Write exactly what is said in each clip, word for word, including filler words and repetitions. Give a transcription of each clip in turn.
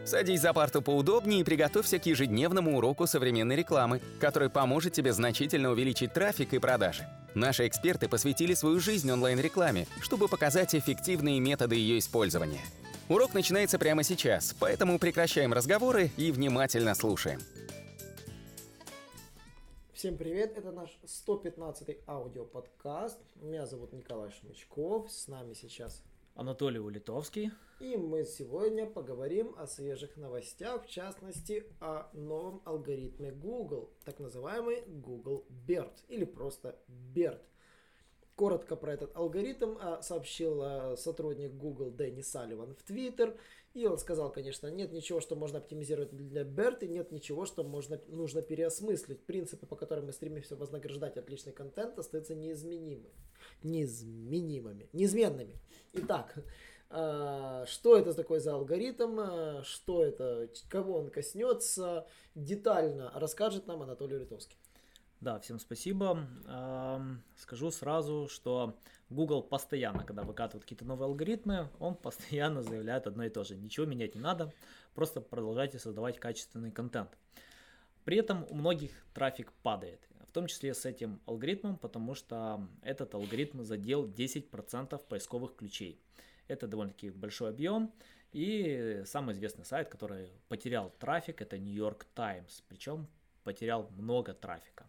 Садись за парту поудобнее и приготовься к ежедневному уроку современной рекламы, который поможет тебе значительно увеличить трафик и продажи. Наши эксперты посвятили свою жизнь онлайн-рекламе, чтобы показать эффективные методы ее использования. Урок начинается прямо сейчас, поэтому прекращаем разговоры и внимательно слушаем. Всем привет, это наш сто пятнадцатый аудиоподкаст. Меня зовут Николай Шмычков, с нами сейчас Анатолий Улитовский. И мы сегодня поговорим о свежих новостях, в частности о новом алгоритме Google, так называемый Google берт или просто берт. Коротко про этот алгоритм сообщил сотрудник Google Дэнни Салливан в Twitter. И он сказал, конечно, нет ничего, что можно оптимизировать для берт, и нет ничего, что можно, нужно переосмыслить. Принципы, по которым мы стремимся вознаграждать отличный контент, остаются неизменимыми. Неизменимыми. Неизменными. Итак, что это такое за алгоритм, что это, кого он коснется, детально расскажет нам Анатолий Улитовский. Да, всем спасибо. Скажу сразу, что Google постоянно, когда выкатывает какие-то новые алгоритмы, он постоянно заявляет одно и то же. Ничего менять не надо, просто продолжайте создавать качественный контент. При этом у многих трафик падает, в том числе с этим алгоритмом, потому что этот алгоритм задел десять процентов поисковых ключей. Это довольно-таки большой объем. И самый известный сайт, который потерял трафик, это New York Times. Причем потерял много трафика.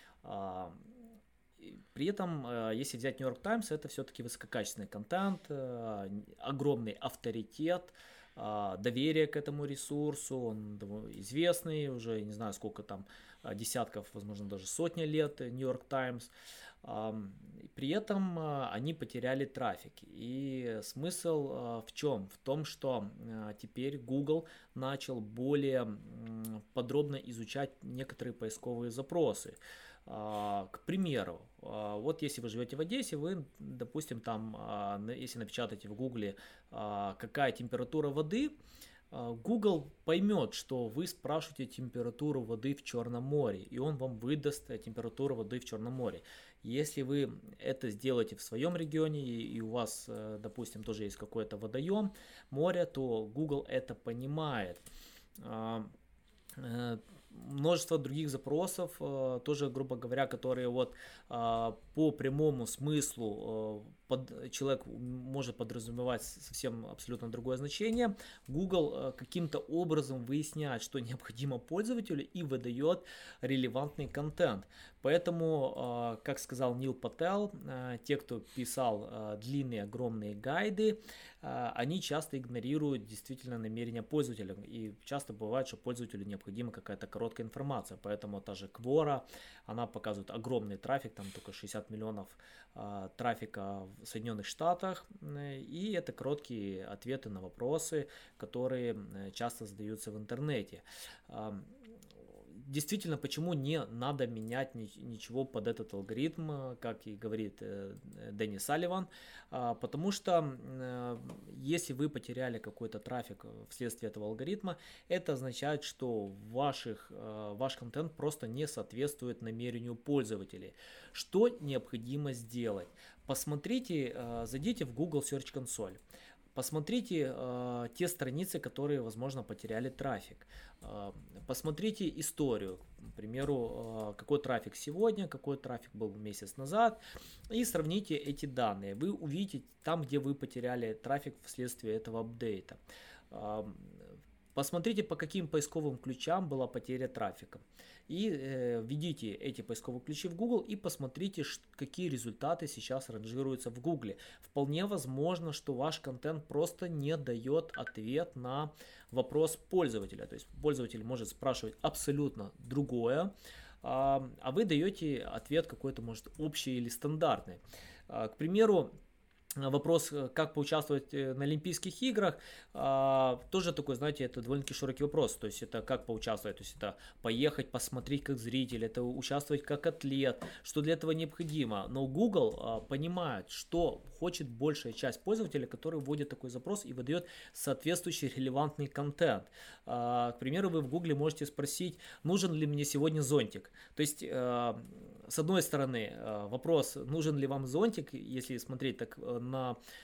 При этом, если взять New York Times, это все-таки высококачественный контент, огромный авторитет, доверие к этому ресурсу, он известный, уже не знаю сколько там, десятков, возможно даже сотни лет New York Times. При этом они потеряли трафик. И смысл в чем? В том, что теперь Google начал более подробно изучать некоторые поисковые запросы. К примеру, вот если вы живете в Одессе, вы, допустим, там, если напечатаете в Гугле, какая температура воды, Google поймет, что вы спрашиваете температуру воды в Черном море, и он вам выдаст температуру воды в Черном море. Если вы это сделаете в своем регионе, и у вас, допустим, тоже есть какой-то водоем, море, то Google это понимает. Множество других запросов, тоже, грубо говоря, которые вот по прямому смыслу под, человек может подразумевать совсем абсолютно другое значение. Google каким-то образом выясняет, что необходимо пользователю, и выдает релевантный контент. Поэтому, как сказал Нил Пател, те, кто писал длинные огромные гайды, они часто игнорируют действительно намерения пользователя. И часто бывает, что пользователю необходима какая-то короткая информация. Поэтому та же Quora, она показывает огромный трафик, там только шестьдесят миллионов трафика в Соединенных Штатах, и это короткие ответы на вопросы, которые часто задаются в интернете. Действительно, почему не надо менять ничего под этот алгоритм, как и говорит Дэнни Салливан? Потому что если вы потеряли какой-то трафик вследствие этого алгоритма, это означает, что ваших, ваш контент просто не соответствует намерению пользователей. Что необходимо сделать? Посмотрите, зайдите в Google Search Console. Посмотрите э, те страницы, которые, возможно, потеряли трафик. Э, посмотрите историю, к примеру, э, какой трафик сегодня, какой трафик был месяц назад, и сравните эти данные. Вы увидите там, где вы потеряли трафик вследствие этого апдейта. Э, Посмотрите, по каким поисковым ключам была потеря трафика. И э, введите эти поисковые ключи в Google и посмотрите, ш, какие результаты сейчас ранжируются в Google. Вполне возможно, что ваш контент просто не дает ответ на вопрос пользователя. То есть пользователь может спрашивать абсолютно другое, а, а вы даете ответ какой-то, может, общий или стандартный. А, к примеру, вопрос, как поучаствовать на Олимпийских играх, тоже такой, знаете, это довольно-таки широкий вопрос. То есть это как поучаствовать, то есть это поехать, посмотреть как зритель, это участвовать как атлет, что для этого необходимо. Но Google понимает, что хочет большая часть пользователей, которые вводят такой запрос и выдает соответствующий релевантный контент. К примеру, вы в Google можете спросить, нужен ли мне сегодня зонтик. То есть, с одной стороны, вопрос, нужен ли вам зонтик, если смотреть так на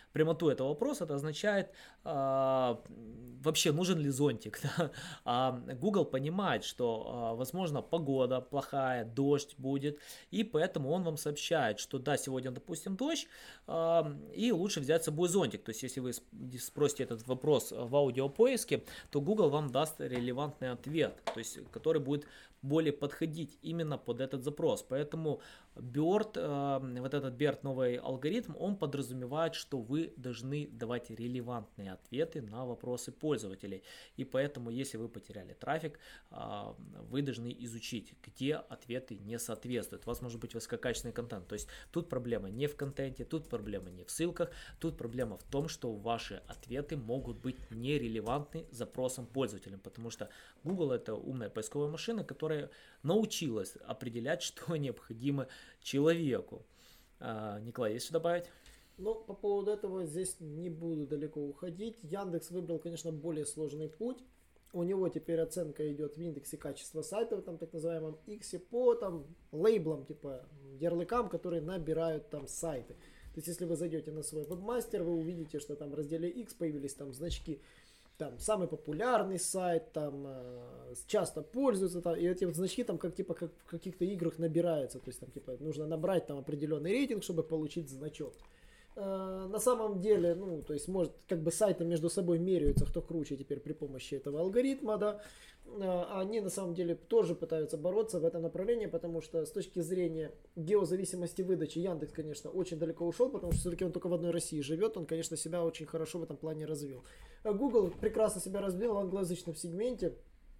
прямоту этого вопроса, это означает, а, вообще нужен ли зонтик. Да? А Google понимает, что, а, возможно, погода плохая, дождь будет, и поэтому он вам сообщает, что да, сегодня, допустим, дождь, а, и лучше взять с собой зонтик. То есть, если вы спросите этот вопрос в аудиопоиске, то Google вам даст релевантный ответ, то есть, который будет более подходить именно под этот запрос. Поэтому Bird, э, вот этот Bird новый алгоритм, он подразумевает, что вы должны давать релевантные ответы на вопросы пользователей. И поэтому, если вы потеряли трафик, э, вы должны изучить, где ответы не соответствуют. У вас может быть высококачественный контент. То есть тут проблема не в контенте, тут проблема не в ссылках, тут проблема в том, что ваши ответы могут быть нерелевантны запросам пользователям. Потому что Google — это умная поисковая машина, которая научилась определять, что необходимо человеку. А, Николай, есть что добавить? Ну, по поводу этого здесь не буду далеко уходить. Яндекс выбрал, конечно, более сложный путь. У него теперь оценка идет в индексе качества сайтов, там так называемом X, по там лейблам, типа ярлыкам, которые набирают там сайты. То есть, если вы зайдете на свой вебмастер, вы увидите, что там в разделе X появились там значки, там самый популярный сайт, там э, часто пользуются, там, и эти вот значки там как типа как в каких-то играх набираются, то есть там типа нужно набрать там определенный рейтинг, чтобы получить значок. Э, на самом деле, ну, то есть может как бы сайты между собой меряются, кто круче теперь при помощи этого алгоритма, да. Э, они на самом деле тоже пытаются бороться в этом направлении, потому что с точки зрения геозависимости выдачи Яндекс, конечно, очень далеко ушел, потому что все-таки он только в одной России живет, он, конечно, себя очень хорошо в этом плане развил. Google прекрасно себя развил в англоязычном сегменте.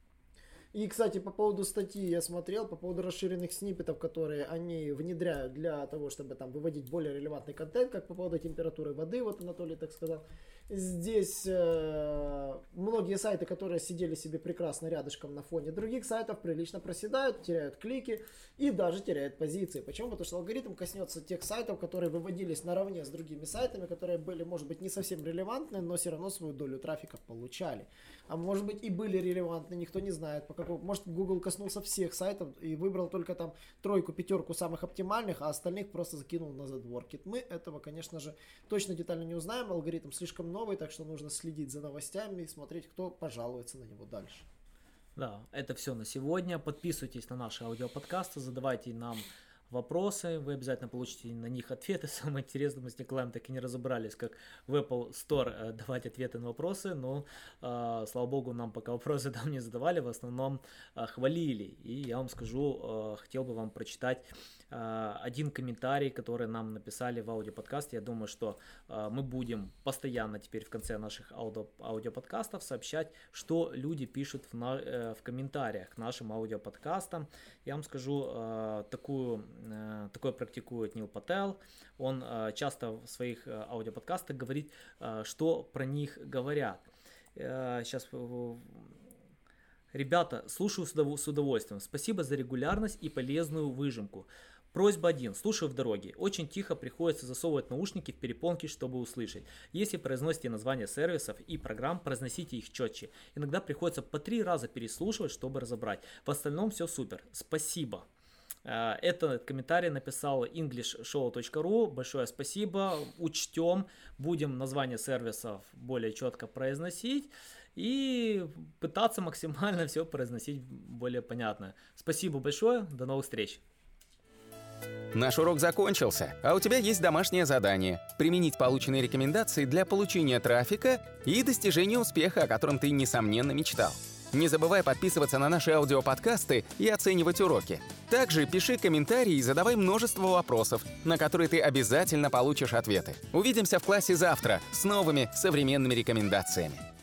И, кстати, по поводу статьи я смотрел, по поводу расширенных сниппетов, которые они внедряют для того, чтобы там выводить более релевантный контент, как по поводу температуры воды, вот Анатолий так сказал. Здесь э, многие сайты, которые сидели себе прекрасно рядышком на фоне других сайтов, прилично проседают, теряют клики и даже теряют позиции. Почему? Потому что алгоритм коснется тех сайтов, которые выводились наравне с другими сайтами, которые были, может быть, не совсем релевантны, но все равно свою долю трафика получали. А может быть и были релевантны, никто не знает. По какому... Может, Google коснулся всех сайтов и выбрал только там тройку, пятерку самых оптимальных, а остальных просто закинул на задворки. Мы этого, конечно же, точно детально не узнаем. Алгоритм слишком новый, так что нужно следить за новостями и смотреть, кто пожалуется на него дальше. Да, это все на сегодня. Подписывайтесь на наши аудиоподкасты, задавайте нам вопросы, вы обязательно получите на них ответы. Самое интересное, мы с Николаем так и не разобрались, как в Apple Store давать ответы на вопросы, но, э, слава богу, нам пока вопросы там не задавали, в основном э, хвалили. И я вам скажу, э, хотел бы вам прочитать э, один комментарий, который нам написали в аудиоподкасте. Я думаю, что э, мы будем постоянно теперь в конце наших аудио, аудиоподкастов сообщать, что люди пишут в, на, э, в комментариях к нашим аудиоподкастам. Я вам скажу э, такую Такое практикует Нил Пател. Он э, часто в своих э, аудиоподкастах говорит, э, что про них говорят. Э, сейчас, э, ребята, слушаю с удовольствием. Спасибо за регулярность и полезную выжимку. Просьба один. Слушаю в дороге. Очень тихо приходится засовывать наушники в перепонки, чтобы услышать. Если произносите названия сервисов и программ, произносите их четче. Иногда приходится по три раза переслушивать, чтобы разобрать. В остальном все супер. Спасибо. Этот комментарий написал инглиш шоу точка ру. Большое спасибо. Учтем. Будем название сервисов более четко произносить и пытаться максимально все произносить более понятно. Спасибо большое. До новых встреч. Наш урок закончился, а у тебя есть домашнее задание – применить полученные рекомендации для получения трафика и достижения успеха, о котором ты, несомненно, мечтал. Не забывай подписываться на наши аудиоподкасты и оценивать уроки. Также пиши комментарии и задавай множество вопросов, на которые ты обязательно получишь ответы. Увидимся в классе завтра с новыми современными рекомендациями.